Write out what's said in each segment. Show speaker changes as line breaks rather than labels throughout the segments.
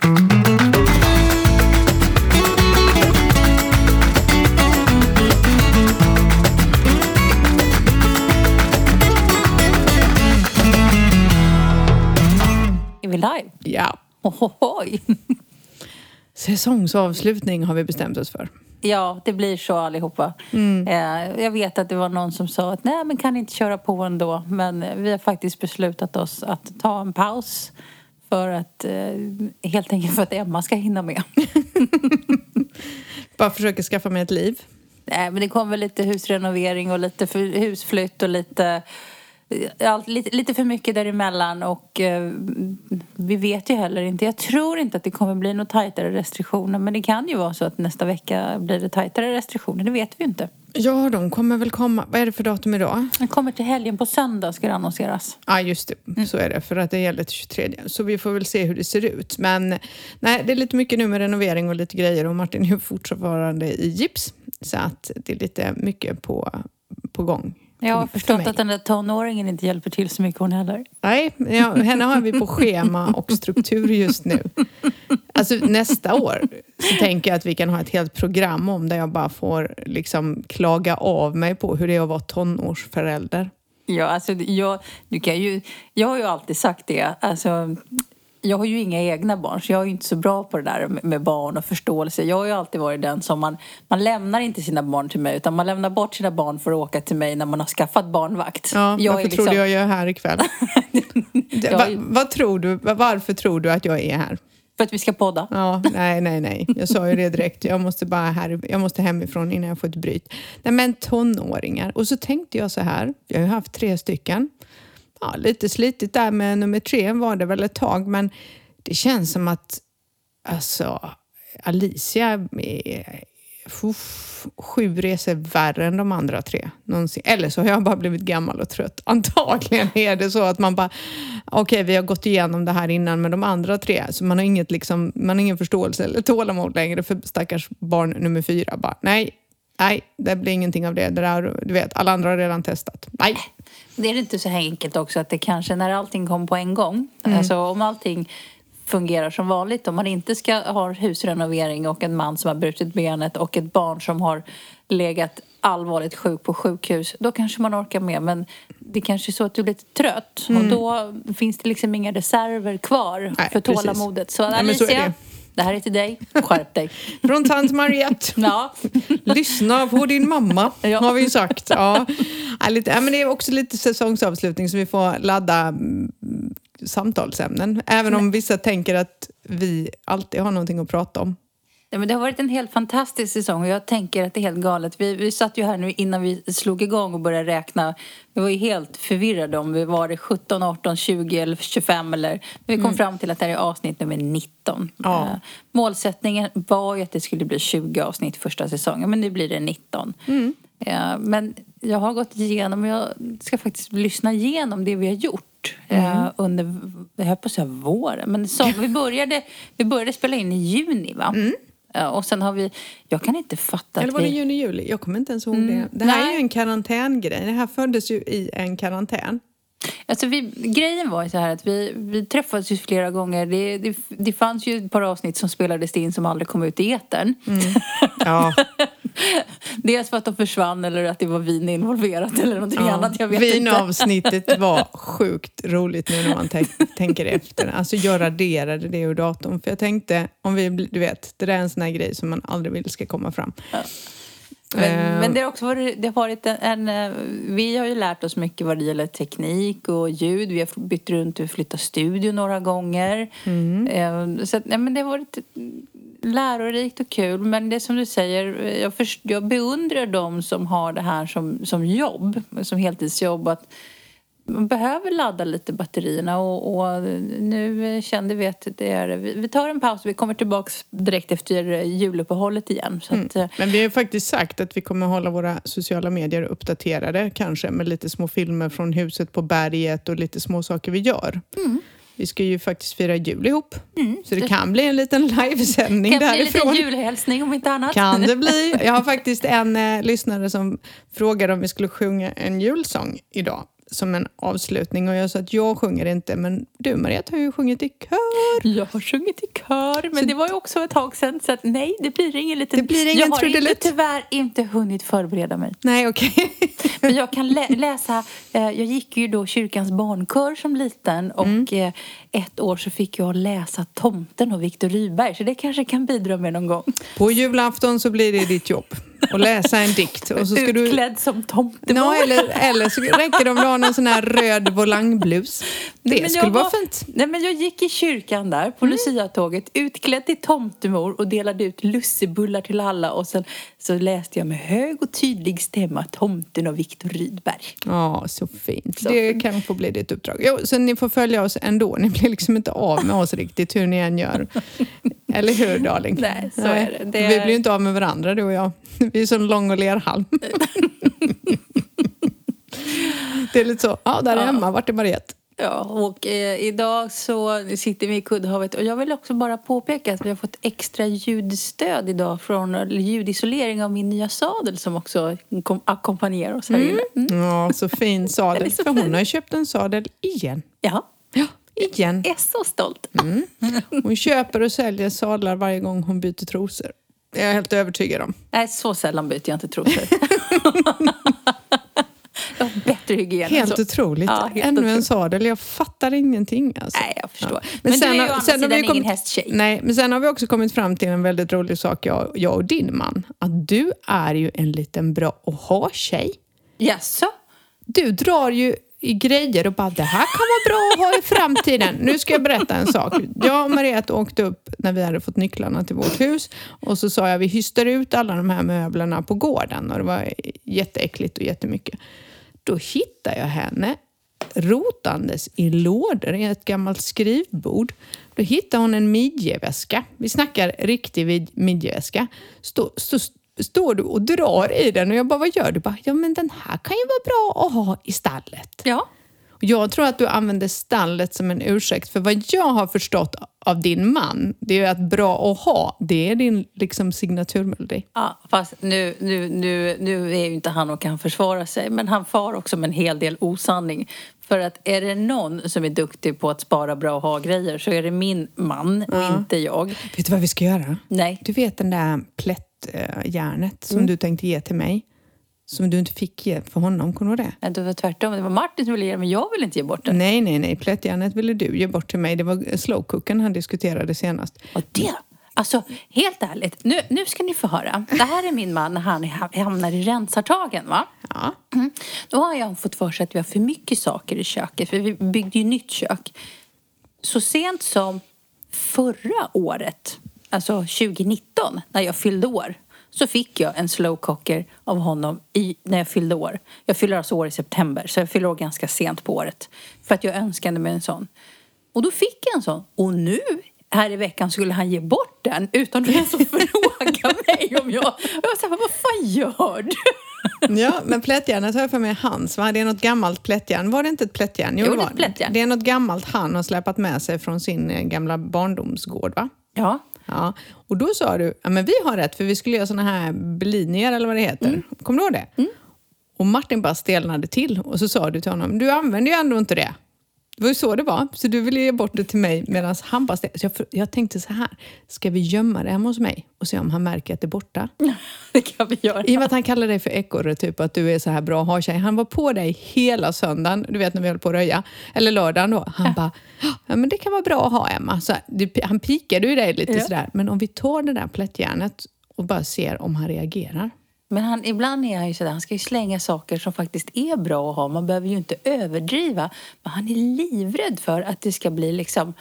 Är vi live?
Ja.
Ohohoj.
Säsongsavslutning har vi bestämt oss för.
Ja, det blir så allihopa. Jag vet att det var någon som sa att nej, men kan inte köra på ändå. Men vi har faktiskt beslutat oss att ta en paus. För att, helt enkelt för att Emma ska hinna med.
Bara försöka skaffa mig ett liv.
Nej, men det kommer lite husrenovering och lite husflytt och lite för mycket däremellan. Och vi vet ju heller inte. Jag tror inte att det kommer bli några tajtare restriktioner. Men det kan ju vara så att nästa vecka blir det tajtare restriktioner. Det vet vi inte.
Ja, de kommer väl komma. Vad är det för datum idag?
Den kommer till helgen på söndag, ska det annonseras.
Ja, just det. Så är det. För att det gäller till 23. Så vi får väl se hur det ser ut. Men nej, det är lite mycket nu med renovering och lite grejer. Och Martin är ju fortfarande i gips. Så att det är lite mycket på gång.
Jag har förstått att den där tonåringen inte hjälper till så mycket hon heller.
Nej, ja, henne har vi på schema och struktur just nu. Alltså nästa år så tänker jag att vi kan ha ett helt program om där jag bara får liksom klaga av mig på hur det är att vara tonårsförälder.
Ja, alltså jag har ju alltid sagt det. Alltså, jag har ju inga egna barn, så jag är ju inte så bra på det där med barn och förståelse. Jag har ju alltid varit den som man lämnar inte sina barn till mig, utan man lämnar bort sina barn för att åka till mig när man har skaffat barnvakt.
Ja, varför tror du jag är här ikväll? Varför tror du att jag är här?
För att vi ska podda?
Ja, nej. Jag sa ju det direkt. Jag måste hemifrån innan jag får ett bryt. Nej, men tonåringar. Och så tänkte jag så här. Jag har ju haft 3 stycken. Ja, lite slitigt där med nummer 3 var det väl ett tag. Men det känns som att alltså, Alicia är 7 resor värre än de andra 3 någonsin. Eller så har jag bara blivit gammal och trött. Antagligen är det så att man bara okej, vi har gått igenom det här innan med de andra 3. Så man har man har ingen förståelse eller tålamod längre för stackars barn nummer 4. Bara, nej, det blir ingenting av det. Det där, du vet, alla andra har redan testat. Nej.
Det är inte så enkelt också att det kanske när allting kom på en gång. Alltså om allting fungerar som vanligt. Om man inte ska ha husrenovering och en man som har brutit benet och ett barn som har legat allvarligt sjuk på sjukhus. Då kanske man orkar med. Men det kanske är så att du blir lite trött. Och då finns det liksom inga reserver kvar för tålamodet. Så Alicia, det här är till dig. Skärp dig.
Från tant Mariette.
Ja.
Lyssna på din mamma, har vi sagt. Ja. Men det är också lite säsongsavslutning så vi får ladda samtalsämnen. Även om vissa tänker att vi alltid har någonting att prata om.
Ja, men det har varit en helt fantastisk säsong och jag tänker att det är helt galet. Vi satt ju här nu innan vi slog igång och började räkna. Vi var ju helt förvirrade om vi var det 17, 18, 20 eller 25 eller... Men vi kom fram till att det här är avsnitt nummer 19.
Ja.
Målsättningen var ju att det skulle bli 20 avsnitt första säsongen, men nu blir det 19. Men jag har gått igenom och jag ska faktiskt lyssna igenom det vi har gjort under, jag höll på att säga våren. Men vi började spela in i juni, va? Och sen har jag kan inte fatta
eller var det juni-juli? Jag kommer inte ens ihåg det. Det här är ju en karantängrej. Det här föddes ju i en karantän.
Alltså grejen var ju så här att vi träffades ju flera gånger. Det fanns ju ett par avsnitt som spelades in som aldrig kom ut i etern.
Ja.
Dels för att de försvann eller att det var vin involverat eller någonting annat. Jag vet
Vinavsnittet var sjukt roligt nu när man tänker efter. Alltså jag raderade det ur datorn. För jag tänkte, om du vet, det där är en sån här grej som man aldrig vill ska komma fram. Ja.
Men det har också varit vi har ju lärt oss mycket vad det gäller teknik och ljud. Vi har bytt runt och flyttat studio några gånger. Så att, men det har varit lärorikt och kul. Men det som du säger, jag beundrar dem som har det här som jobb, som heltidsjobb. Att man behöver ladda lite batterierna och nu kände vi att vi tar en paus och vi kommer tillbaka direkt efter juluppehållet igen. Så att,
men vi har faktiskt sagt att vi kommer hålla våra sociala medier uppdaterade kanske med lite små filmer från huset på berget och lite små saker vi gör. Vi ska ju faktiskt fira jul ihop. Så det kan bli en liten livesändning därifrån.
Kan bli lite julhälsning om inte annat.
Kan det bli. Jag har faktiskt en lyssnare som frågade om vi skulle sjunga en julsång idag. som en avslutning. Och jag sa att jag sjunger inte, men du Mariette har ju sjungit i kör.
Jag har sjungit i kör, men så det var ju också ett tag sedan. Så att nej, det blir ingen liten...
Det blir ingen trudelutt.
Jag har tyvärr inte hunnit förbereda mig.
Nej, okej.
Men jag kan läsa... Jag gick ju då kyrkans barnkör som liten. Och ett år så fick jag läsa Tomten och Viktor Rydberg. Så det kanske kan bidra med någon gång.
På julafton så blir det ditt jobb. Och läsa en dikt. Och så ska
utklädd som tomtemor.
Ja, eller så räcker det om du har någon sån här röd volangblus. Det skulle vara fint.
Nej, men jag gick i kyrkan där på Lucia-tåget, utklädd till tomtemor och delade ut lussebullar till alla. Och sen så läste jag med hög och tydlig stämma Tomten och Viktor Rydberg.
Ja, så fint. Så. Det kan få bli ditt uppdrag. Jo, så ni får följa oss ändå. Ni blir liksom inte av med oss riktigt hur ni än gör. Eller hur, darling?
Nej, så är det.
Vi blir ju inte av med varandra, du och jag. Vi är som lång och lerhalm. Det är lite så. Ja, där är Emma. Vart är Mariette?
Ja, och idag så sitter vi i kuddhavet. Och jag vill också bara påpeka att vi har fått extra ljudstöd idag från ljudisolering av min nya sadel som också ackompanjerar oss här inne.
Ja, så fin sadel. För hon har ju köpt en sadel igen.
Ja,
igen.
Jag är så stolt.
Hon köper och säljer sadlar varje gång hon byter trosor. Jag är helt övertygad om.
Nej, så sällan byter jag inte trosor. Jag har bättre hygien.
Helt otroligt. Ja, ännu en sadel. Jag fattar ingenting. Alltså.
Nej, jag förstår. Ja. Men sen, du är ju sen har vi ingen hästtjej.
Nej, men sen har vi också kommit fram till en väldigt rolig sak, jag och din man. Att du är ju en liten bra att ha-tjej.
Jaså?
Du drar ju i grejer och bara, det här kan vara bra att ha i framtiden. Nu ska jag berätta en sak. Jag och Mariette åkte upp när vi hade fått nycklarna till vårt hus. Och så sa jag, vi hystar ut alla de här möblerna på gården. Och det var jätteäckligt och jättemycket. Då hittade jag henne rotandes i lådor i ett gammalt skrivbord. Då hittade hon en midjeväska. Vi snackar riktig midjeväska. Står du och drar i den och jag bara, vad gör du? Bara, ja, men den här kan ju vara bra att ha i stallet.
Ja.
Jag tror att du använder stallet som en ursäkt. För vad jag har förstått av din man, det är ju att bra att ha, det är din liksom signaturmelodi.
Ja, fast nu är ju inte han och kan försvara sig. Men han far också med en hel del osanning. För att är det någon som är duktig på att spara bra och ha-grejer så är det min man och inte jag.
Vet du vad vi ska göra?
Nej.
Du vet den där plättjärnet som du tänkte ge till mig? Som du inte fick ge för honom, kommer du det?
Nej, det var tvärtom. Det var Martin som ville ge det, men jag vill inte ge bort det.
Nej. Plättjärnet ville du ge bort till mig. Det var slowcooken han diskuterade senast.
Och det? Alltså, helt ärligt. Nu ska ni få höra. Det här är min man när han hamnar i rensartagen, va?
Ja.
Då har jag fått för sig att vi har för mycket saker i köket. För vi byggde ju nytt kök. Så sent som förra året, alltså 2019, när jag fyllde år, så fick jag en slow cooker av honom när jag fyllde år. Jag fyller alltså år i september, så jag fyller år ganska sent på året. För att jag önskade mig en sån. Och då fick jag en sån. Och nu, här i veckan, skulle han ge bort den utan att ens fråga mig om jag... Och jag sa, vad fan gör du?
Ja, men plättjärnet har jag för mig hans, va? Det är något gammalt plättjärn. Var det inte ett plättjärn?
Jo, det är ett plättjärn.
Det är något gammalt han har släpat med sig från sin gamla barndomsgård, va?
Ja.
Ja, och då sa du, ja men vi har rätt för vi skulle göra såna här belinier eller vad det heter. Kommer du ihåg det? Och Martin bara stelnade till och så sa du till honom, du använder ju ändå inte det. Det var ju så det var. Så du ville ge bort det till mig medan han bara stelnade. Jag tänkte så här, ska vi gömma det hemma hos mig och se om han märker att det är borta?
Det kan vi göra.
I och med att han kallar dig för ekorre, typ att du är så här bra att ha tjej. Han var på dig hela söndagen, du vet när vi höll på att röja. Eller lördagen då. Han bara, ja men det kan vara bra att ha, Emma. Så han pikade ju dig lite sådär. Men om vi tar det där plättjärnet och bara ser om han reagerar.
Men ibland är han ju sådär, han ska ju slänga saker som faktiskt är bra att ha. Man behöver ju inte överdriva. Men han är livrädd för att det ska bli liksom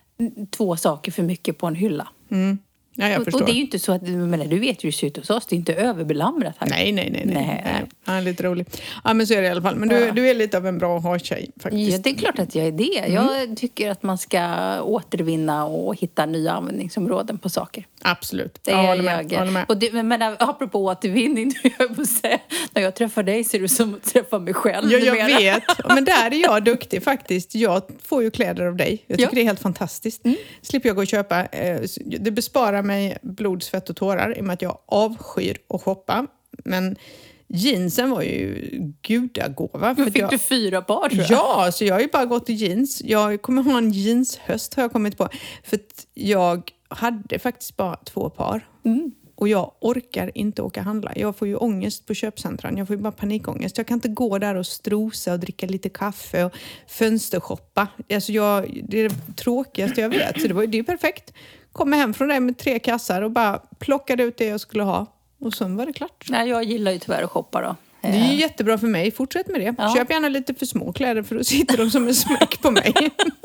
2 saker för mycket på en hylla.
Ja, jag förstår.
Och det är ju inte så att, men du vet ju hur det ser ut hos oss, det är inte överbelamrat här.
Nej. Han är lite rolig. Ja, men så är det i alla fall. Men du är lite av en bra ha-tjej faktiskt.
Ja, det är klart att jag är det. Jag tycker att man ska återvinna och hitta nya användningsområden på saker.
Absolut.
Jag
håller med.
Och men apropå återvinning, jag får säga, när jag träffar dig ser du som att träffa mig själv.
Ja, jag vet. Men där är jag duktig faktiskt. Jag får ju kläder av dig. Jag tycker det är helt fantastiskt. Slipper jag gå och köpa. Det besparar mig blod, svett och tårar i och med att jag avskyr att shoppa. Men Jeansen var ju gudagåva.
Men fick du 4 par tror jag?
Ja, så jag har ju bara gått i jeans. Jag kommer ha en jeanshöst har jag kommit på. För att jag hade faktiskt bara 2 par. Och jag orkar inte åka handla. Jag får ju ångest på köpcentran. Jag får ju bara panikångest. Jag kan inte gå där och strosa och dricka lite kaffe och fönstershoppa. Alltså det är det tråkigaste jag vet. Så det är ju perfekt. Kommer hem från det med 3 kassar och bara plockade ut det jag skulle ha. Och sen var det klart.
Nej, jag gillar ju tyvärr att shoppa då.
Det är ju jättebra för mig. Fortsätt med det. Ja. Köp gärna lite för små kläder för då sitter de som en smäck på mig.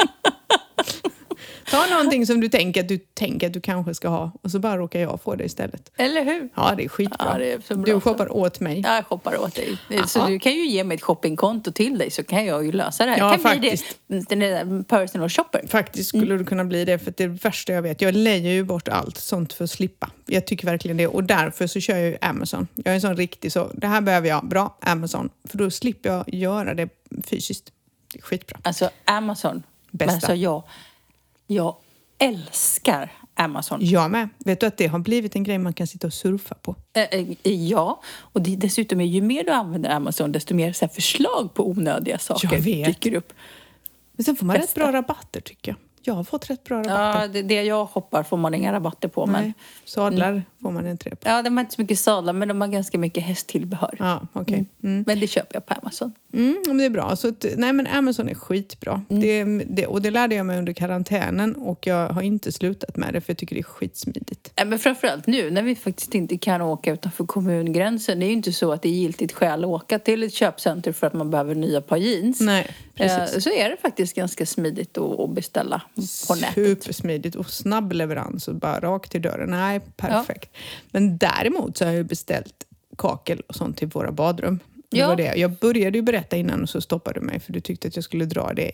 Ta någonting som du tänker att du kanske ska ha och så bara råkar jag få det istället.
Eller hur?
Ja, det är skitbra.
Ja, det är så bra.
Du shoppar åt mig.
Ja, jag shoppar åt dig. Så du kan ju ge mig ett shoppingkonto till dig så kan jag ju lösa det här.
Ja,
kan
faktiskt.
Bli det, den där personal shopper.
Faktiskt skulle du kunna bli det för det är det värsta jag vet. Jag lejer ju bort allt sånt för att slippa. Jag tycker verkligen det och därför så kör jag ju Amazon. Jag är en sån riktig så, det här behöver jag. Bra, Amazon. För då slipper jag göra det fysiskt. Det är skitbra.
Alltså Amazon.
Bästa.
Alltså jag älskar Amazon.
Jag med. Vet du att det har blivit en grej man kan sitta och surfa på?
Ja, och det dessutom är ju mer du använder Amazon desto mer så här förslag på onödiga saker dyker upp.
Men sen får man rätt bra rabatter tycker jag. Jag har fått rätt bra rabatter.
Ja, det jag hoppar får man inga rabatter på.
Nej,
men
sadlar får man inte det på.
Ja, de har inte så mycket sadlar men de har ganska mycket hästtillbehör.
Ja, okej.
Men det köper jag på Amazon.
Det är bra. Så nej, men Amazon är skitbra. Och det lärde jag mig under karantänen och jag har inte slutat med det för jag tycker det är skitsmidigt.
Men framförallt nu när vi faktiskt inte kan åka utanför kommungränsen. Det är ju inte så att det är giltigt skäl att åka till ett köpcenter för att man behöver nya par jeans.
Nej, precis.
Så är det faktiskt ganska smidigt att beställa på nätet.
Supersmidigt och snabb leverans och bara rakt till dörren. Nej, perfekt. Ja. Men däremot så har jag ju beställt kakel och sånt till våra badrum. Det var det. Jag började ju berätta innan och så stoppade du mig för du tyckte att jag skulle dra det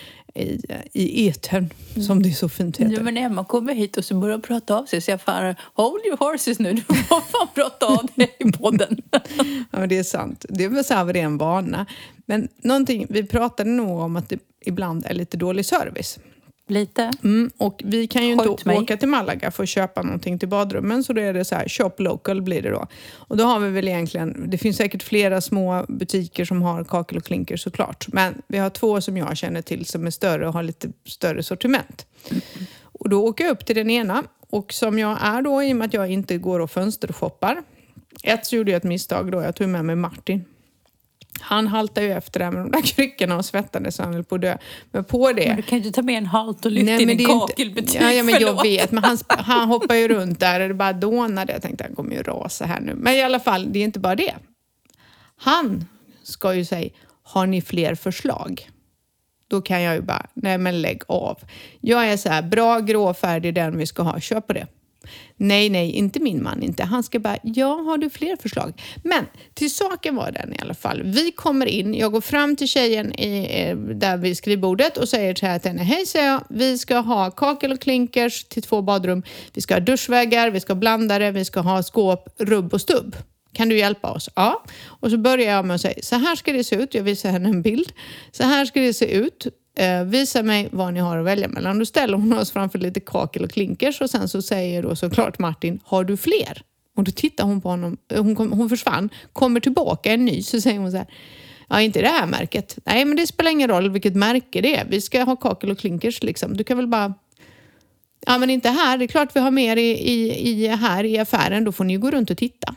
i etern som det är så fint heter.
Ja, men Emma kommer hit och så börjar prata av sig så jag fan, hold your horses nu, du får fan prata av dig i podden.
Ja, men det är sant. Det är väl så här vad det är en vana. Men någonting, vi pratade nog om att det ibland är lite dålig service.
Lite.
Och vi kan ju inte åka till Malaga för att köpa någonting till badrummen. Så då är det så här, shop local blir det då. Och då har vi väl egentligen, det finns säkert flera små butiker som har kakel och klinker såklart. Men vi har 2 som jag känner till som är större och har lite större sortiment. Och då åker jag upp till den ena. Och som jag är då, i och med att jag inte går och fönstershoppar. Så gjorde jag ett misstag då, jag tog med mig Martin. Han haltar ju efter det med de där kryckorna och svettades så han höll på att dö. Men på det...
Men du kan ju inte ta med en halt och lyfta in en kakelbutik.
Ja, men jag vet. Men han hoppar ju runt där och det bara dånade. Jag tänkte han kommer ju rasa här nu. Men i alla fall, det är inte bara det. Han ska ju säga, har ni fler förslag? Då kan jag ju bara, nej men lägg av. Jag är så här, bra gråfärg är den vi ska ha, köp på det. Nej, inte min man inte. Han ska bara, ja, har du fler förslag? Men till saken var den i alla fall. Vi kommer in, jag går fram till tjejen där vid skrivbordet och säger så här till henne. Hej, säger jag, vi ska ha kakel och klinkers till 2 badrum. Vi ska ha duschväggar, vi ska ha blandare, vi ska ha skåp, rubb och stubb. Kan du hjälpa oss? Ja. Och så börjar jag med att säga, så här ska det se ut. Jag visar henne en bild. Så här ska det se ut. Visa mig vad ni har att välja mellan. Då ställer hon oss framför lite kakel och klinkers. Och sen så säger då såklart Martin, har du fler? Och då tittar hon på honom. Hon försvann. Kommer tillbaka en ny. Så säger hon så här, ja, inte det här märket. Nej, men det spelar ingen roll vilket märke det är. Vi ska ha kakel och klinkers liksom. Du kan väl bara... Ja, men inte här. Det är klart vi har mer här i affären. Då får ni ju gå runt och titta.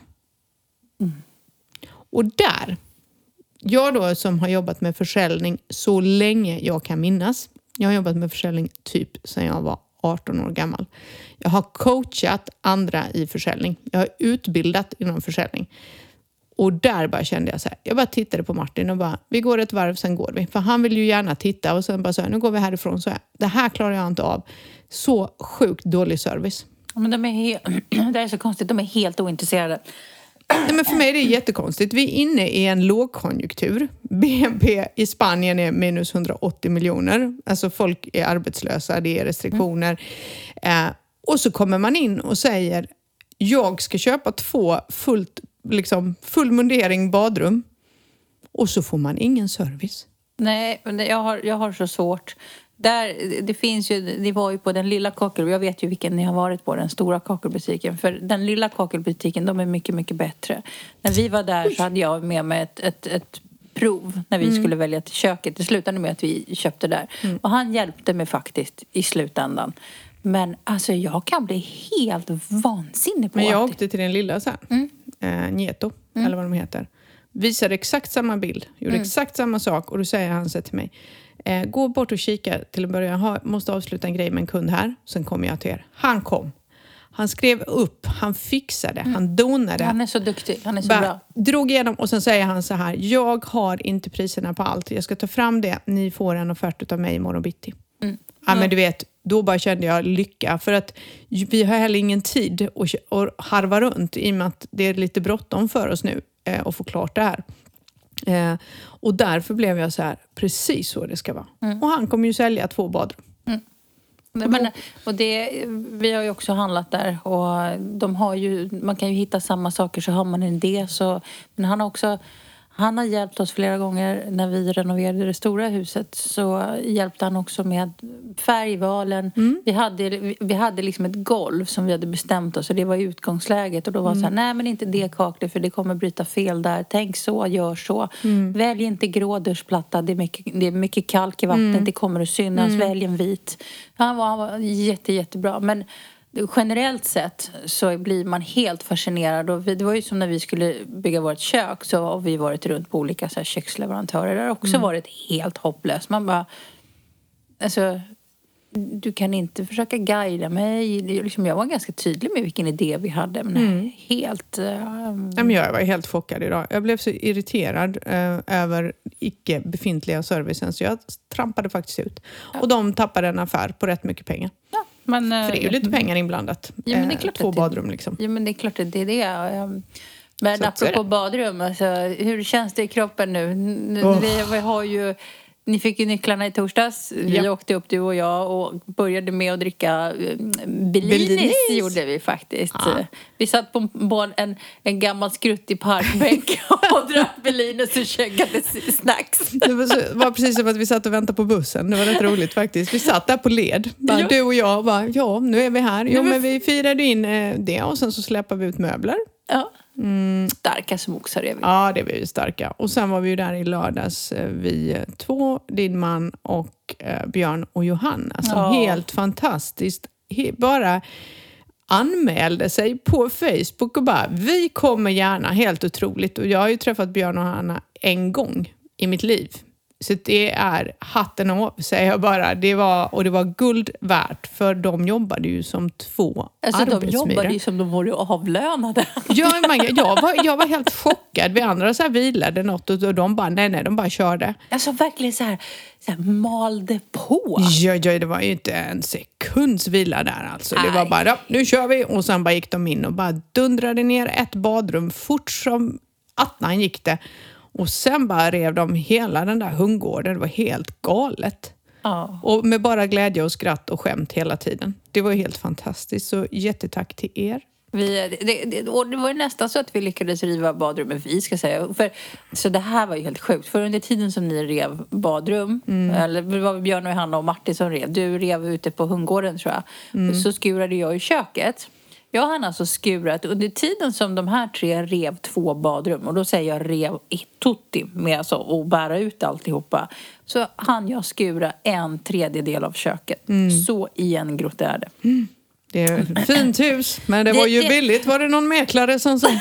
Och där, jag då som har jobbat med försäljning så länge jag kan minnas. Jag har jobbat med försäljning typ sedan jag var 18 år gammal. Jag har coachat andra i försäljning. Jag har utbildat inom försäljning. Och där bara kände jag så här. Jag bara tittade på Martin och bara, vi går ett varv, sen går vi. För han vill ju gärna titta och sen bara så här, nu går vi härifrån. Så här, det här klarar jag inte av. Så sjukt dålig service.
Men det är så konstigt, de är helt ointresserade.
Nej, men för mig är det jättekonstigt. Vi är inne i en lågkonjunktur. BNP i Spanien är minus 180 miljoner. Alltså folk är arbetslösa, det är restriktioner. Och så kommer man in och säger, jag ska köpa 2 full mundering badrum. Och så får man ingen service.
Nej, men jag har så svårt. det finns ju, ni var ju på den lilla kakel, jag vet ju vilken ni har varit på, den stora kakelbutiken. För den lilla kakelbutiken, de är mycket, mycket bättre. När vi var där så hade jag med mig ett prov när vi skulle välja till köket. Det slutade med att vi köpte där. Och han hjälpte mig faktiskt i slutändan. Men alltså jag kan bli helt vansinnig på
Men jag åkte till den lilla sen. Nieto, eller vad de heter. Visade exakt samma bild. Gjorde exakt samma sak. Och då säger han så till mig. Gå bort och kika till en början. Måste avsluta en grej med en kund här. Sen kommer jag till er. Han kom. Han skrev upp. Han fixade. Han donade.
Han är så duktig. Han är så bra.
Drog igenom och sen säger han så här. Jag har inte priserna på allt. Jag ska ta fram det. Ni får en offert av mig imorgon bitti. Ja, men du vet, då bara kände jag lycka. För att vi har heller ingen tid att harva runt. I och med att det är lite bråttom för oss nu. Att få klart det här. Och därför blev jag så här, precis så det ska vara. Och han kommer ju sälja 2 badrum.
Vi har ju också handlat där. Och de har ju, man kan ju hitta samma saker så har man en idé. Men han har hjälpt oss flera gånger när vi renoverade det stora huset. Så hjälpte han också med färgvalen. Vi hade liksom ett golv som vi hade bestämt oss. Och det var utgångsläget. Och då var det så här, nej men inte det kaklet för det kommer bryta fel där. Tänk så, gör så. Välj inte grå duschplatta. Det är mycket kalk i vattnet. Det kommer att synas. Välj en vit. Han var jättebra. Men generellt sett så blir man helt fascinerad. Och det var ju som när vi skulle bygga vårt kök så har vi varit runt på olika så här köksleverantörer. Det har också varit helt hopplöst. Man bara, alltså, du kan inte försöka guida mig. Jag var ganska tydlig med vilken idé vi hade. Men helt...
Jag var helt chockad idag. Jag blev så irriterad över icke befintliga servicen. Så jag trampade faktiskt ut. Och de tappade en affär på rätt mycket pengar.
Ja. Men,
för det är ju lite pengar inblandat.
Ja, men det är klart
2 badrum liksom.
Ja, men det är klart att det är det. Men så apropå badrum, alltså, hur känns det i kroppen nu? Vi har ju... Ni fick ju nycklarna i torsdags. Vi åkte upp, du och jag, och började med att dricka Bellinis gjorde vi faktiskt. Ja. Vi satt på en gammal skruttig parkbänk och drack Bellinis och käkade snacks.
Det var precis som att vi satt och väntade på bussen. Det var rätt roligt faktiskt. Vi satt där på led. Du och jag bara, nu är vi här. Jo, men vi firade in det och sen så släppade vi ut möbler.
Ja. Starka som oxar är vi.
Ja, det är vi starka. Och sen var vi ju där i lördags. Vi 2, din man och Björn och Johanna. Som helt fantastiskt bara anmälde sig på Facebook och bara, vi kommer gärna, helt otroligt. Och jag har ju träffat Björn och Johanna en gång i mitt liv. Så det är hatten av, säger jag bara. Det var guld värt, för de jobbade ju som 2 arbetsmyror.
De jobbade ju som de vore avlönade.
Ja, jag var helt chockad. Vi andra så här vilade något och de bara, nej, de bara körde.
Alltså verkligen så här malde på.
Ja, det var ju inte en sekunds vila där alltså. Det var bara, nu kör vi. Och sen bara gick de in och bara dundrade ner ett badrum fort som attan gick det. Och sen bara rev de hela den där hundgården. Det var helt galet.
Ja.
Och med bara glädje och skratt och skämt hela tiden. Det var helt fantastiskt. Så jättetack till er.
Och det var ju nästan så att vi lyckades riva badrummet, vi ska säga. Så det här var ju helt sjukt. För under tiden som ni rev badrum, eller det var Björn och Hanna och Martin som rev. Du rev ute på hundgården, tror jag. Så skurade jag i köket. Jag har alltså skurat under tiden som de här 3 rev 2 badrum. Och då säger jag rev i tutti med alltså att bära ut alltihopa. Så hann jag skura 1/3 av köket. Så igengrott är det.
Det är ett fint hus, men det var ju billigt. Var det någon mäklare som sa?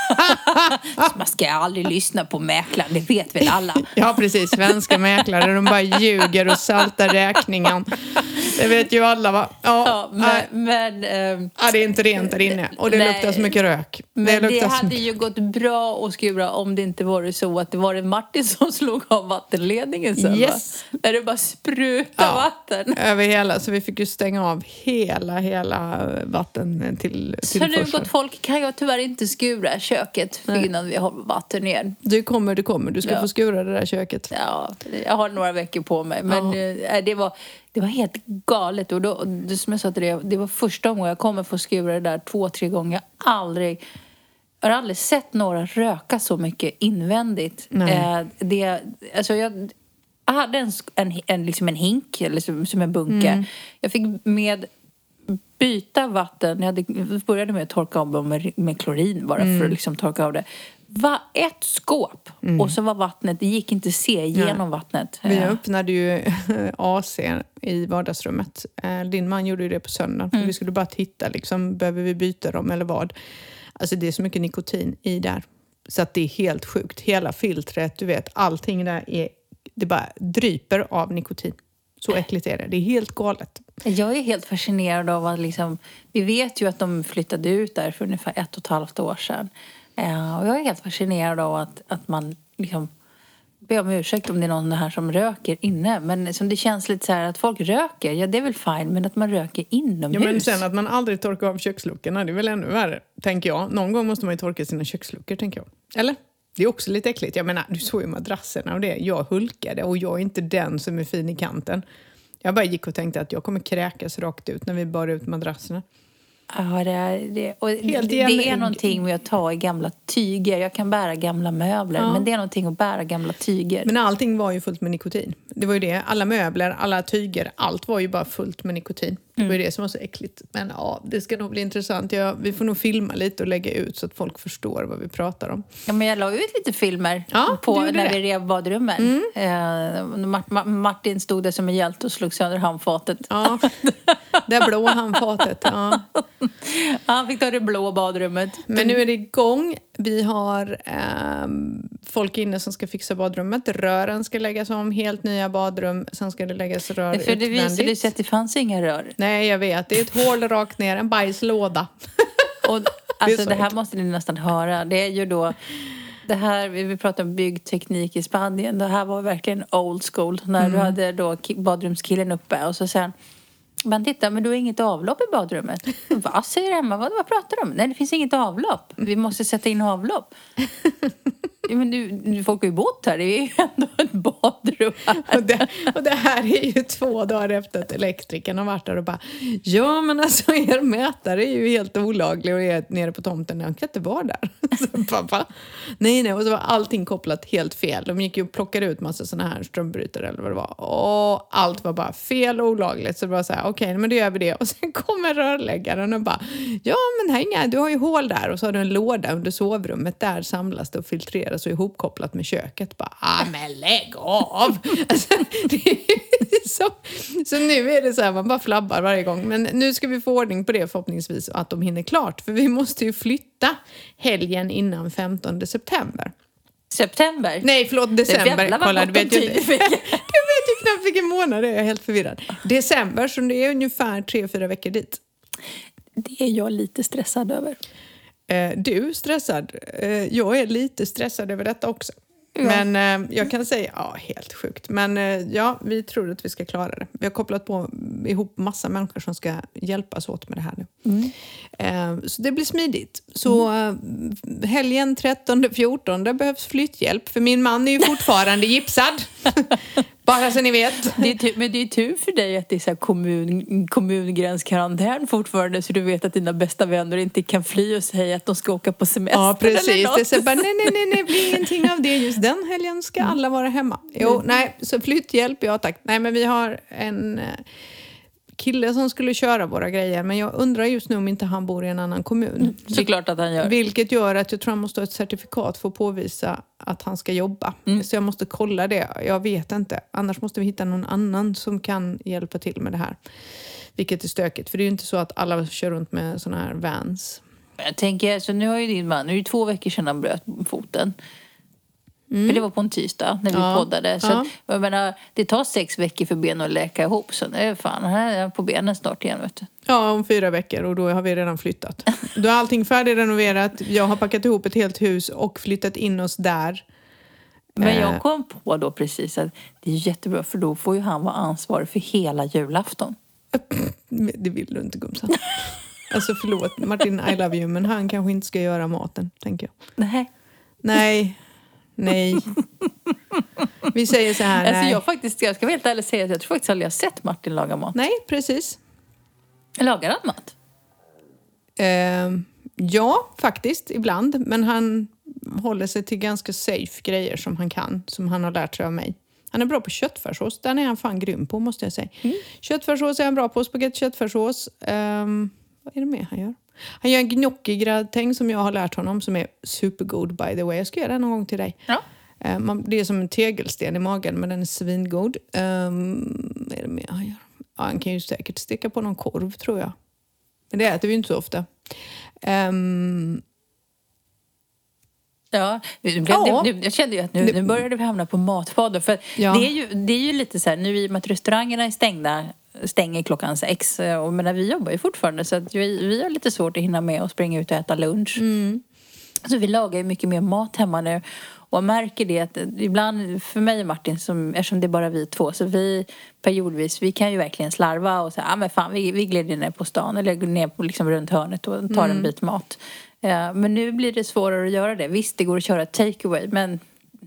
Man ska aldrig lyssna på mäklare, det vet väl alla.
Ja, precis. Svenska mäklare, de bara ljuger och saltar räkningen. Det vet ju alla, va?
Men
det är inte rent där inne. Och det luktar så mycket rök.
Men det hade ju gått bra att skura om det inte var så att det var en Martin som slog av vattenledningen sen.
Yes.
Va? Där det bara sprutar vatten.
Över hela, så vi fick ju stänga av hela vatten till
så nu gott folk kan jag tyvärr inte skura köket innan vi har vatten igen.
Du kommer. Du ska få skura det där köket.
Ja, jag har några veckor på mig. Men det var helt galet. Och då, som jag sa till dig, det var första gången jag kommer få skura det där 2-3 gånger. Jag har aldrig sett några röka så mycket invändigt. Jag hade liksom en hink, eller som en bunke. Jag fick byta vatten. Jag började med att torka av dem med klorin bara för att liksom torka av det. Var ett skåp. Och så var vattnet, det gick inte att se genom vattnet.
Vi öppnade ju AC i vardagsrummet. Din man gjorde ju det på söndagen. För vi skulle bara titta, liksom, behöver vi byta dem eller vad? Alltså det är så mycket nikotin i där. Så att det är helt sjukt. Hela filtret, du vet, allting där det bara dryper av nikotin. Så äckligt är det. Det är helt galet.
Jag är helt fascinerad av att liksom, vi vet ju att de flyttade ut där för ungefär 1,5 år sedan. Och jag är helt fascinerad av att man liksom ber om ursäkt om det är någon här som röker inne. Men som det känns lite så här att folk röker, ja det är väl fine, men att man röker inomhus.
Ja, men sen att man aldrig torkar av köksluckorna, det är väl ännu värre, tänker jag. Någon gång måste man ju torka sina köksluckor, tänker jag. Eller? Det är också lite äckligt. Jag menar, du såg ju madrasserna och det. Jag hulkade och jag är inte den som är fin i kanten. Jag bara gick och tänkte att jag kommer kräkas rakt ut när vi bar ut madrasserna.
Ja, det är någonting med att ta i gamla tyger. Jag kan bära gamla möbler, men det är någonting att bära gamla tyger.
Men allting var ju fullt med nikotin. Det var ju det. Alla möbler, alla tyger, allt var ju bara fullt med nikotin. Det var ju det som var så äckligt. Men ja, det ska nog bli intressant. Vi får nog filma lite och lägga ut så att folk förstår vad vi pratar om.
Ja, men jag la ut lite filmer när vi rev badrummen. Martin stod där som en hjälte och slog sönder handfatet.
Ja, det blå handfatet. Ja.
Han fick ta det blå badrummet.
Men nu är det igång. Vi har folk inne som ska fixa badrummet. Rören ska läggas om, helt nya badrum. Sen ska det läggas rör utvändigt.
För det visade sig att det fanns inga rör.
Nej, jag vet. Det är ett hål rakt ner, en bajslåda.
Och alltså det här måste ni nästan höra. Det är ju då... Det här, vi pratar om byggteknik i Spanien. Det här var verkligen old school. När du hade då badrumskillen uppe. Och så sen... Men titta, men du har inget avlopp i badrummet. Vad säger Emma? Vad pratar du om? Nej, det finns inget avlopp. Vi måste sätta in avlopp. Ja, men folk har ju bott här. Det är ju ändå ett badrum här.
Och det här är ju 2 dagar efter att elektrikern har varit där och bara, ja men alltså er mätare är ju helt olaglig och är nere på tomten. Jag kan inte vara där. Så pappa, nej. Och så var allting kopplat helt fel. De gick ju och plockade ut massa såna här strömbrytare eller vad det var. Och allt var bara fel och olagligt. Så det var så här, okej, men då gör vi det. Och sen kommer rörläggaren och bara, ja men här, du har ju hål där. Och så har du en låda under sovrummet. Där samlas det och filtreras och ihopkopplat med köket. Bara, men lägg av! Alltså, så nu är det så här, man bara flabbar varje gång. Men nu ska vi få ordning på det förhoppningsvis, att de hinner klart. För vi måste ju flytta helgen innan 15 september.
September?
Nej, förlåt, december. Kolla, du vet ju knappt vilken månad det är, jag är helt förvirrad. December, så det är ungefär 3-4 veckor dit.
Det är jag lite stressad över.
Du är stressad. Jag är lite stressad över detta också. Ja. Men jag kan säga, helt sjukt. Men ja, vi tror att vi ska klara det. Vi har kopplat ihop massa människor som ska hjälpas åt med det här nu. Så det blir smidigt. Så helgen 13-14 behövs flytthjälp. För min man är ju fortfarande gipsad. Bara så ni vet.
Men det är tur för dig att det är så här kommungränskarantän fortfarande. Så du vet att dina bästa vänner inte kan fly och säga att de ska åka på semester.
Ja, precis. Det är så bara, nej, det blir ingenting av det. Just den helgen ska alla vara hemma. Jo, nej, så flytthjälp, ja tack. Nej, men vi har en kille som skulle köra våra grejer. Men jag undrar just nu om inte han bor i en annan kommun.
Det är klart att han gör.
Vilket gör att jag tror han måste ha ett certifikat för att påvisa att han ska jobba. Så jag måste kolla det. Jag vet inte. Annars måste vi hitta någon annan som kan hjälpa till med det här. Vilket är stökigt. För det är ju inte så att alla kör runt med såna här vans.
Jag tänker, så nu har ju din man, nu är det 2 veckor sedan han bröt foten. För det var på en tisdag när vi poddade. Så jag menar, det tar 6 veckor för benen att läka ihop. Så nu är fan, här är jag på benen snart igen, vet du.
Ja, om 4 veckor och då har vi redan flyttat. Då är allting färdigrenoverat. Jag har packat ihop ett helt hus och flyttat in oss där.
Men jag kom på då precis att det är jättebra, för då får ju han vara ansvarig för hela julafton.
Det vill du inte, gumsan. Alltså förlåt, Martin, I love you, men han kanske inte ska göra maten, tänker jag. Nej. Vi säger så här,
alltså jag ska vara helt ärlig säga att jag tror faktiskt aldrig jag har sett Martin laga mat.
Nej, precis.
Lagar han mat?
Ja, faktiskt, ibland. Men han håller sig till ganska safe grejer som han kan. Som han har lärt sig av mig. Han är bra på köttfärssås. Den är han fan grym på, måste jag säga. Köttfärssås är han bra på. Spagetti köttfärssås. Vad är det mer han gör? Han gör en gnocchi-grateng som jag har lärt honom, som är supergod, by the way. Jag ska göra den någon gång till dig.
Ja.
Det är som en tegelsten i magen, men den är svingod. Vad är det mer han gör? Ja, han kan ju säkert sticka på någon korv, tror jag. Men det äter vi inte så ofta.
Ja, jag kände ju att nu började vi hamna på matfader. För det är ju lite så här, nu i och med att restaurangerna är stänger klockan 6. Och menar, vi jobbar ju fortfarande, så att vi har lite svårt att hinna med och springa ut och äta lunch. Så vi lagar ju mycket mer mat hemma nu. Och jag märker det att ibland, för mig och Martin, eftersom det är bara vi två, så vi periodvis, vi kan ju verkligen slarva och säga, men fan, vi glider ner på stan eller går ner på liksom runt hörnet och tar en bit mat. Men nu blir det svårare att göra det. Visst, det går att köra takeaway, men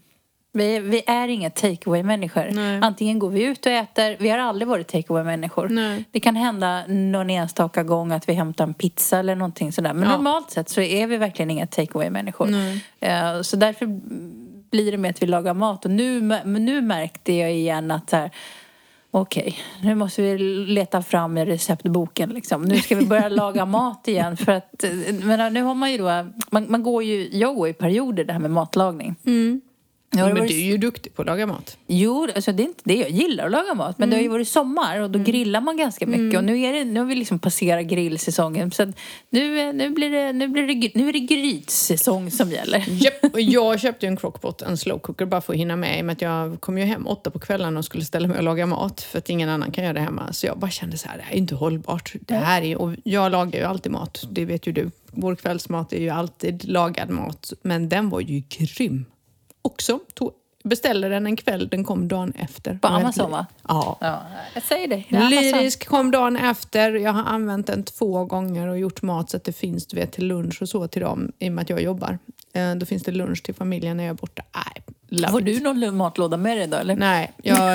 vi är inga takeaway-människor. Antingen går vi ut och äter. Vi har aldrig varit takeaway-människor. Det kan hända någon enstaka gång att vi hämtar en pizza eller någonting sådär. Men normalt sett så är vi verkligen inga takeaway-människor. Så därför blir det med att vi lagar mat. Och nu märkte jag igen att så här, okej, nu måste vi leta fram i receptboken liksom. Nu ska vi börja laga mat igen. För att, men nu har man ju då, jag går i perioder det här med matlagning.
Men du är ju duktig på att laga mat.
Jo, alltså det är inte det. Jag gillar att laga mat. Men det har ju varit sommar och då grillar man ganska mycket. Och nu har vi liksom passerat grillsäsongen. Så att nu är det grytsäsong som gäller.
Japp, och jag köpte ju en crockpot, en slow cooker, bara för att hinna med. I och med att jag kom ju hem 8 på kvällen och skulle ställa mig och laga mat. För att ingen annan kan göra det hemma. Så jag bara kände så här, det här är inte hållbart. Och jag lagar ju alltid mat, det vet ju du. Vår kvällsmat är ju alltid lagad mat. Men den var ju grym. Också beställde den en kväll, den kom dagen efter.
På Amazon, va?
Ja.
Jag säger det.
Lyrisk kom dagen efter. Jag har använt den 2 gånger och gjort mat så att det finns, du vet, till lunch och så till dem, i och med att jag jobbar. Då finns det lunch till familjen när jag är borta.
Har du någon matlåda med dig då, eller?
Nej,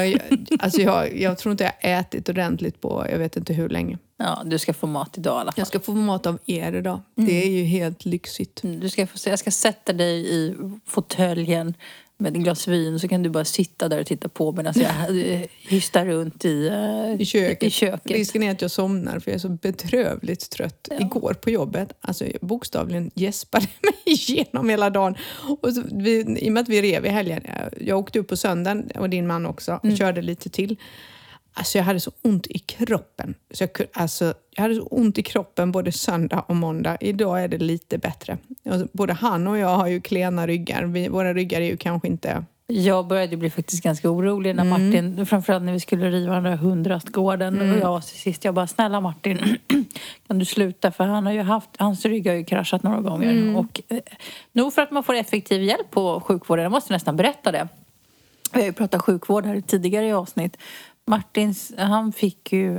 jag tror inte jag har ätit ordentligt på, jag vet inte hur länge.
Ja, du ska få mat idag i alla fall.
Jag ska få mat av er idag. Det är ju helt lyxigt.
Jag ska sätta dig i fåtöljen med en glas vin, så kan du bara sitta där och titta på medan jag hystar runt i köket.
Risken är att jag somnar, för jag är så bedrövligt trött. Igår på jobbet, alltså jag bokstavligen gäspade mig igenom hela dagen. Och så, i och med att vi rev i helgen, jag åkte upp på söndagen, och din man också, och körde lite till. Alltså jag hade så ont i kroppen. Jag hade så ont i kroppen både söndag och måndag. Idag är det lite bättre. Både han och jag har ju klena ryggar. Våra ryggar är ju kanske inte...
Jag började bli faktiskt ganska orolig när Martin, framförallt när vi skulle riva den där 100-gården. Och jag sist, jag bara, snälla Martin, kan du sluta? För han har ju hans rygg har ju kraschat några gånger. Och nog för att man får effektiv hjälp på sjukvården. Jag måste nästan berätta det. Vi har ju pratat sjukvård här tidigare i avsnitt. Martins, han fick ju...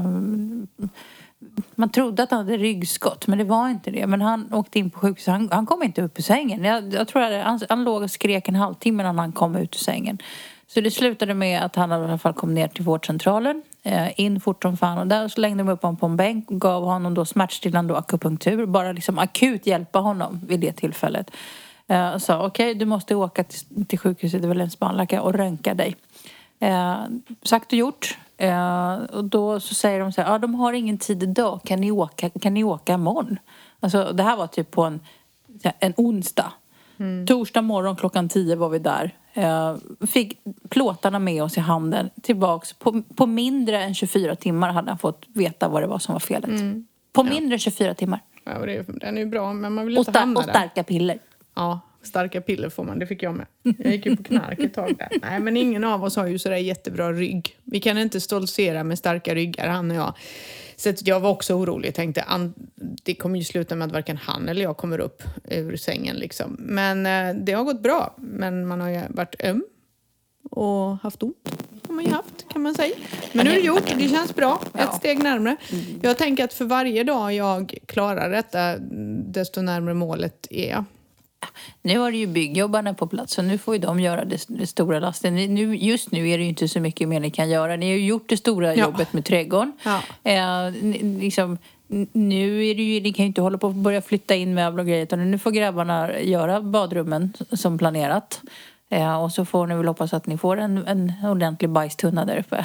man trodde att han hade ryggskott, men det var inte det. Men han åkte in på sjukhus. Han kom inte upp ur sängen. Jag tror att han låg och skrek en halvtimme när han kom ut ur sängen. Så det slutade med att han i alla fall kom ner till vårdcentralen. In fort som fan. Och där slängde de upp honom på en bänk och gav honom då smärtstillande och akupunktur. Bara liksom akut hjälpa honom vid det tillfället. Så okej, du måste åka till sjukhuset, det var en spanläkare, och röntga dig. Sagt och gjort. Och då så säger de så här, de har ingen tid idag, kan ni åka imorgon? Alltså det här var typ på en onsdag. Torsdag morgon klockan 10 var vi där. Fick plåtarna med oss i handen tillbaks. På mindre än 24 timmar hade han fått veta vad det var som var felet. På mindre än 24 timmar.
Ja, och den är ju bra, men man vill inte hamna där.
Och starka piller.
Ja, starka piller får man, det fick jag med. Jag gick ju på knark ett tag där. Nej, men ingen av oss har ju sådär jättebra rygg. Vi kan inte stoltsera med starka ryggar, han och jag. Så att jag var också orolig. Tänkte, det kommer ju sluta med att varken han eller jag kommer upp ur sängen liksom. Men det har gått bra. Men man har ju varit och haft ont. Har man ju haft, kan man säga. Men nu är det gjort, det känns bra. Ett steg närmare. Jag tänker att för varje dag jag klarar detta, desto närmare målet är jag.
Nu har det ju byggjobbarna på plats, så nu får ju de göra det stora lasten. Just nu är det ju inte så mycket mer ni kan göra. Ni har ju gjort det stora jobbet med trädgården. Ja. Nu är det ju, ni kan ju inte hålla på att börja flytta in möbler och grejer, utan nu får grabbarna göra badrummen som planerat. Och så får ni väl hoppas att ni får en ordentlig bajstunna där uppe.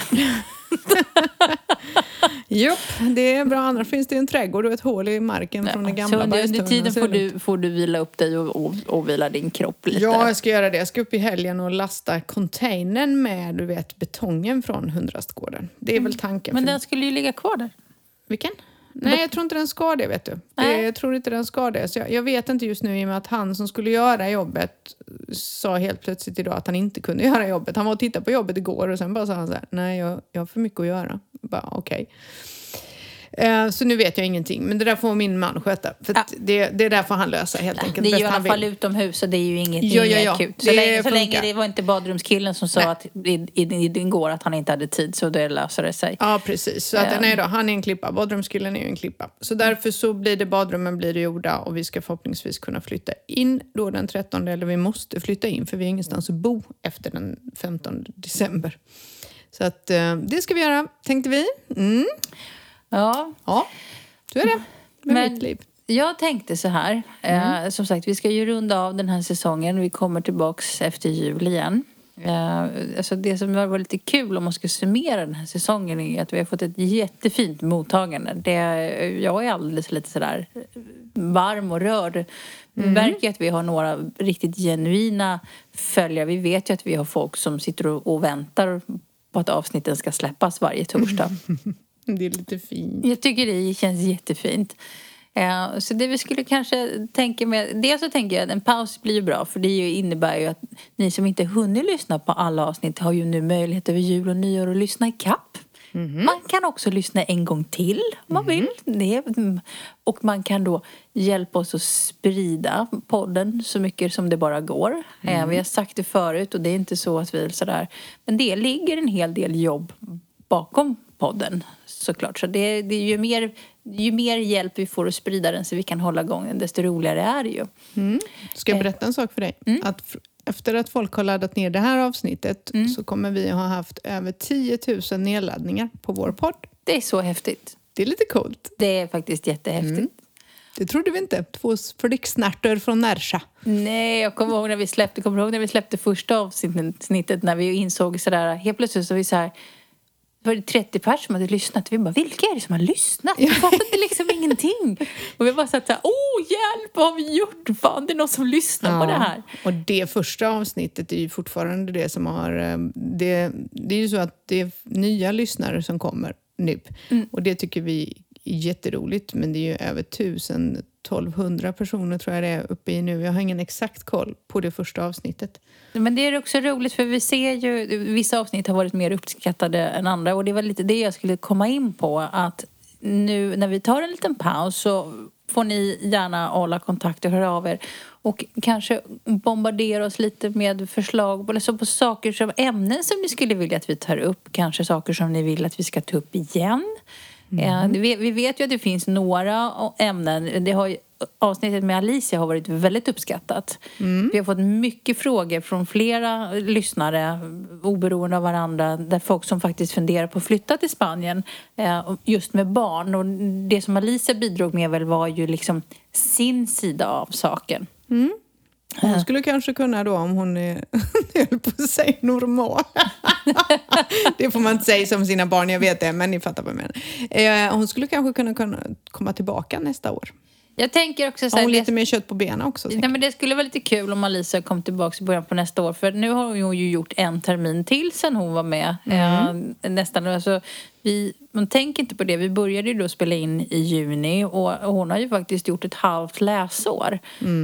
Jopp, det är bra. Annars finns det en trädgård och ett hål i marken från den gamla bajstunnan.
Så under tiden får du vila upp dig och vila din kropp lite.
Ja, jag ska göra det. Jag ska upp i helgen och lasta containern med, du vet, betongen från Hundrastgården. Det är väl tanken.
Men den skulle ju ligga kvar där.
Vilken? Nej, jag tror inte den ska det, vet du. Jag tror inte den ska det. Så jag vet inte just nu, i och med att han som skulle göra jobbet sa helt plötsligt idag att han inte kunde göra jobbet. Han var och tittade på jobbet igår och sen bara sa han så här: nej, jag har för mycket att göra. Bara okej. Så nu vet jag ingenting. Men det där får min man sköta. För det där får han lösa helt enkelt.
Det är ju i alla fall utomhus och det är ju inget akut. Så länge det var inte badrumskillen som sa att igår att han inte hade tid, så det löser det sig.
Ja, precis. Så att, nej då, han är en klippa. Badrumskillen är ju en klippa. Så därför så blir det badrummen blir det gjorda och vi ska förhoppningsvis kunna flytta in då den 13. Eller vi måste flytta in för vi har ingenstans att bo efter den 15 december. Så att det ska vi göra, tänkte vi. Ja, så är det med mitt liv.
Jag tänkte så här, som sagt, vi ska ju runda av den här säsongen. Vi kommer tillbaks efter jul igen. Alltså det som var lite kul om man ska summera den här säsongen är att vi har fått ett jättefint mottagande. Jag är alldeles lite sådär varm och rörd. Vi märker att vi har några riktigt genuina följare. Vi vet ju att vi har folk som sitter och väntar på att avsnitten ska släppas varje torsdag.
Det är lite fint.
Jag tycker det känns jättefint. Så det vi skulle kanske tänka med... Dels så tänker jag att en paus blir ju bra. För det innebär ju att ni som inte hunnit lyssna på alla avsnitt har ju nu möjlighet över jul och nyår att lyssna i kapp. Man kan också lyssna en gång till om man vill. Och man kan då hjälpa oss att sprida podden så mycket som det bara går. Vi har sagt det förut och det är inte så att vi sådär... Men det ligger en hel del jobb bakom podden, såklart. Så det är ju mer hjälp vi får att sprida den så vi kan hålla igång den, desto roligare är det ju.
Ska jag berätta en sak för dig? Att efter att folk har laddat ner det här avsnittet så kommer vi ha haft över 10 000 nedladdningar på vår podd. Det
är så häftigt.
Det är lite coolt.
Det är faktiskt jättehäftigt.
Det trodde vi inte. 2 flicksnärter från Närsa.
Nej, jag kommer ihåg när vi släppte första avsnittet när vi insåg sådär, helt plötsligt så vi så här, var det 30 personer som hade lyssnat. Vi bara, vilka är det som har lyssnat? Vi fattade liksom ingenting. Och vi bara satt såhär, hjälp, vad har vi gjort? Fan, det är någon som lyssnar på det här.
Och det första avsnittet är ju fortfarande det som har... Det är ju så att det är nya lyssnare som kommer nu. Och det tycker vi är jätteroligt. Men det är ju över 1200 personer tror jag det är uppe i nu. Jag har ingen exakt koll på det första avsnittet.
Men det är också roligt för vi ser ju, vissa avsnitt har varit mer uppskattade än andra. Och det var lite det jag skulle komma in på. Att nu när vi tar en liten paus så får ni gärna hålla kontakt och höra av er. Och kanske bombardera oss lite med förslag på saker som ämnen som ni skulle vilja att vi tar upp. Kanske saker som ni vill att vi ska ta upp igen. Vi vet ju att det finns några ämnen. Det har avsnittet med Alicia har varit väldigt uppskattat. Vi har fått mycket frågor från flera lyssnare oberoende av varandra, där folk som faktiskt funderar på att flytta till Spanien just med barn. Och det som Alicia bidrog med väl var ju liksom sin sida av saken.
Hon skulle kanske kunna då, om hon är höll på att säga normal. Det får man inte säga som sina barn, jag vet det, men ni fattar vad jag menar. Hon skulle kanske kunna komma tillbaka nästa år.
Jag tänker också så
här, hon lite mer kött på benen också.
Nej, men det skulle vara lite kul om Alicia kom tillbaka i början på nästa år. För nu har hon ju gjort en termin till sen hon var med. Nästan. Alltså, man tänker inte på det. Vi började ju då spela in i juni. Och hon har ju faktiskt gjort ett halvt läsår.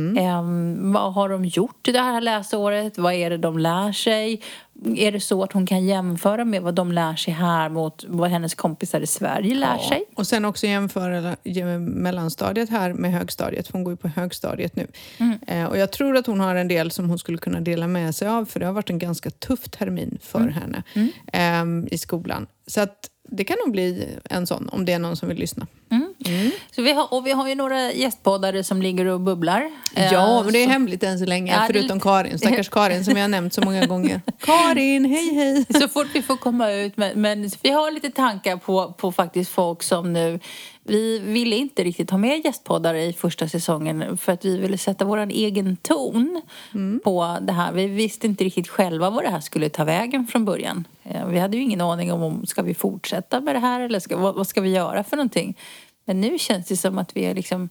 Vad har de gjort det här läsåret? Vad är det de lär sig? Är det så att hon kan jämföra med vad de lär sig här mot vad hennes kompisar i Sverige lär sig?
Och sen också jämföra mellanstadiet här med högstadiet. För hon går ju på högstadiet nu. Och jag tror att hon har en del som hon skulle kunna dela med sig av. För det har varit en ganska tuff termin för henne i skolan. Så att det kan nog bli en sån, om det är någon som vill lyssna.
Så vi har ju några gästpoddare som ligger och bubblar.
Ja, men det är hemligt än så länge, förutom Karin. Stackars Karin som jag har nämnt så många gånger. Karin, hej!
Så fort vi får komma ut. Men vi har lite tankar på faktiskt folk som nu... Vi ville inte riktigt ha med gästpoddare i första säsongen för att vi ville sätta vår egen ton på det här. Vi visste inte riktigt själva vad det här skulle ta vägen från början. Vi hade ju ingen aning om ska vi fortsätta med det här eller vad ska vi göra för någonting. Men nu känns det som att vi är liksom...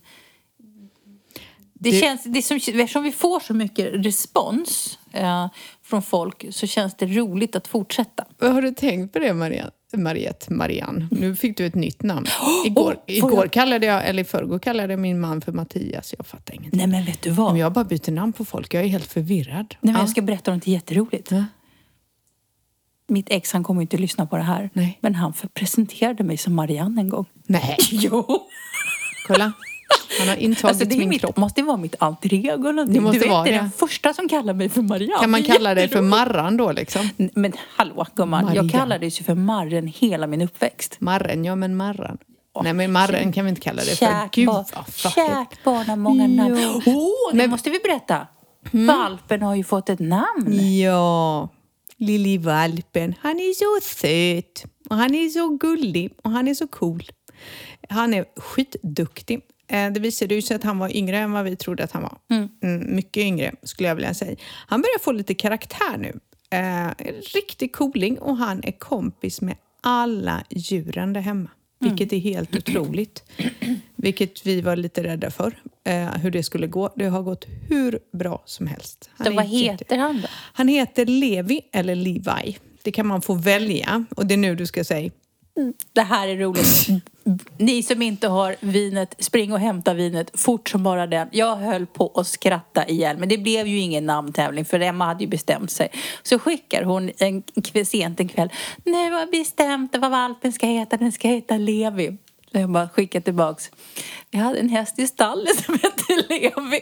Eftersom vi får så mycket respons från folk så känns det roligt att fortsätta.
Har du tänkt på det, Marianne? Nu fick du ett nytt namn. Igår kallade jag, eller i förrgår kallade jag min man för Mattias. Jag fattar ingenting.
Nej, men vet du vad?
Men jag bara byter namn på folk. Jag är helt förvirrad.
Nej, men jag ska berätta något jätteroligt. Ja. Mitt ex, han kommer inte att lyssna på det här.
Nej.
Men han presenterade mig som Marianne en gång.
Nej.
Jo.
Kolla. Han har intagit min kropp.
Det måste vara mitt alter ego.
Det måste vara
det är den första som kallar mig för Marianne.
Kan man kalla dig för Marran då liksom?
Men hallå gumman, jag kallades ju för Marren hela min uppväxt.
Marren, ja men Marran. Nej men Marren kan vi inte kalla det för. Gud vad
kärt barn har många namn. Nu måste vi berätta. Valpen har ju fått ett namn.
Ja, Lili Valpen. Han är så söt. Och han är så gullig. Och han är så cool. Han är skitduktig. Det visade ju sig att han var yngre än vad vi trodde att han var. Mycket yngre skulle jag vilja säga. Han börjar få lite karaktär nu. Riktig cooling och han är kompis med alla djuren där hemma. Vilket är helt otroligt. Vilket vi var lite rädda för. Hur det skulle gå. Det har gått hur bra som helst.
Så vad heter han då?
Han heter Levi eller Levi. Det kan man få välja. Och det är nu du ska säga.
Det här är roligt. Ni som inte har vinet, spring och hämta vinet fort som bara den. Jag höll på att skratta ihjäl. Men det blev ju ingen namntävling för Emma hade ju bestämt sig. Så skickar hon sent en kväll. Nu har jag bestämt vad valpen ska heta. Den ska heta Levi. Så jag bara skickar tillbaks. Jag hade en häst i stallet som hette Levi.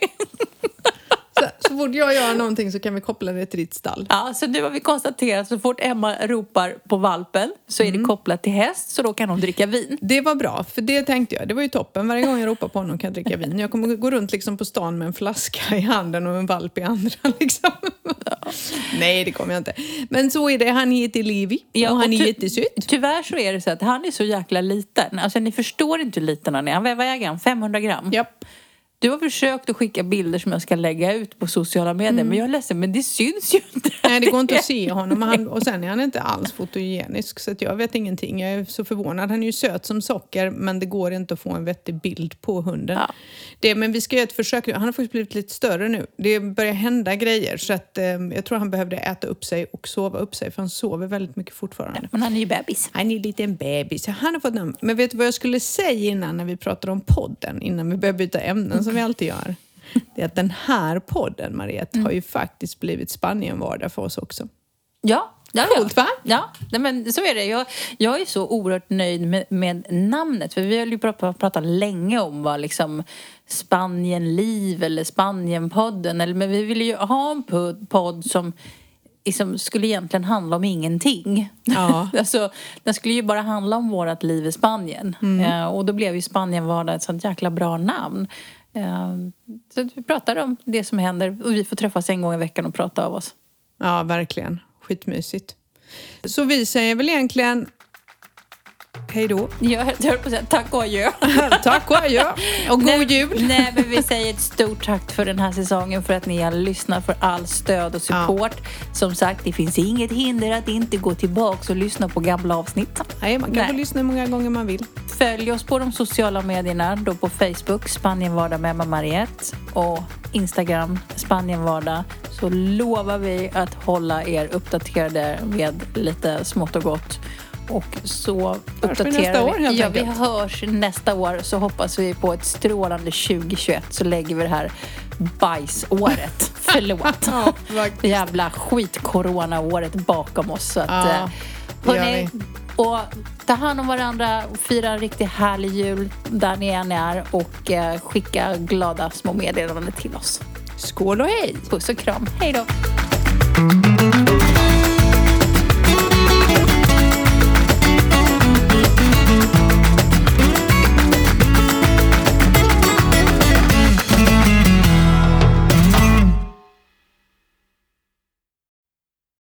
Så fort jag gör någonting så kan vi koppla det till ditt stall.
Ja, så nu har vi konstaterat så fort Emma ropar på valpen så är det kopplat till häst så då kan hon dricka vin.
Det var bra, för det tänkte jag. Det var ju toppen. Varje gång jag ropar på honom kan jag dricka vin. Jag kommer gå runt liksom på stan med en flaska i handen och en valp i andra. Liksom. Ja. Nej, det kommer jag inte. Men så är det. Han heter Levi och han är jättesöt.
Tyvärr så är det så att han är så jäkla liten. Alltså ni förstår inte hur liten han är. Han väger han 500 gram.
Japp.
Du har försökt att skicka bilder som jag ska lägga ut på sociala medier. Men jag är ledsen, men det syns ju inte.
Nej, det går inte att se honom. Och sen är han inte alls fotogenisk. Så att jag vet ingenting. Jag är så förvånad. Han är ju söt som socker. Men det går inte att få en vettig bild på hunden. Ja. Men vi ska göra ett försök. Han har faktiskt blivit lite större nu. Det börjar hända grejer. Så att jag tror han behövde äta upp sig och sova upp sig. För han sover väldigt mycket fortfarande.
Ja, men han är ju bebis.
Han är en liten bebis. Han har fått namn. Men vet du vad jag skulle säga innan när vi pratar om podden? Innan vi börjar byta ämnen som vi alltid gör. Det är att den här podden, Mariette, har ju faktiskt blivit Spanienvardag för oss också.
Ja.
Coolt, va?
Ja, men så är det. Jag är så oerhört nöjd med namnet. För vi har ju pratat länge om vad liksom Spanienliv eller Spanienpodden. Men vi ville ju ha en podd som liksom skulle egentligen handla om ingenting. Ja. Alltså, den skulle ju bara handla om vårat liv i Spanien. Och då blev ju Spanienvardag ett sånt jäkla bra namn. Så vi pratar om det som händer. Och vi får träffas en gång i veckan och prata av oss.
Ja, verkligen. Skitmysigt. Så vi säger väl egentligen hej då.
Jag höll på att säga tack och adjö.
Tack och adjö. Och god jul.
Nej, men vi säger ett stort tack för den här säsongen. För att ni har lyssnat, för all stöd och support. Ja. Som sagt, det finns inget hinder att inte gå tillbaka och lyssna på gamla avsnitt.
Nej, man kan få lyssna hur många gånger man vill.
Följ oss på de sociala medierna. Då på Facebook, Spanienvardag med Emma Mariette. Och Instagram, Spanienvardag. Så lovar vi att hålla er uppdaterade med lite smått och gott. Och så uppdaterar vi. Ja, vi hörs nästa år. Så hoppas vi på ett strålande 2021. Så lägger vi det här bajsåret. Förlåt. Jävla skit-corona-året bakom oss. Så att, hörni, och ta hand om varandra. Fira en riktigt härlig jul där ni än är. Och skicka glada små meddelanden till oss.
Skål och hej!
Puss och kram. Hej då!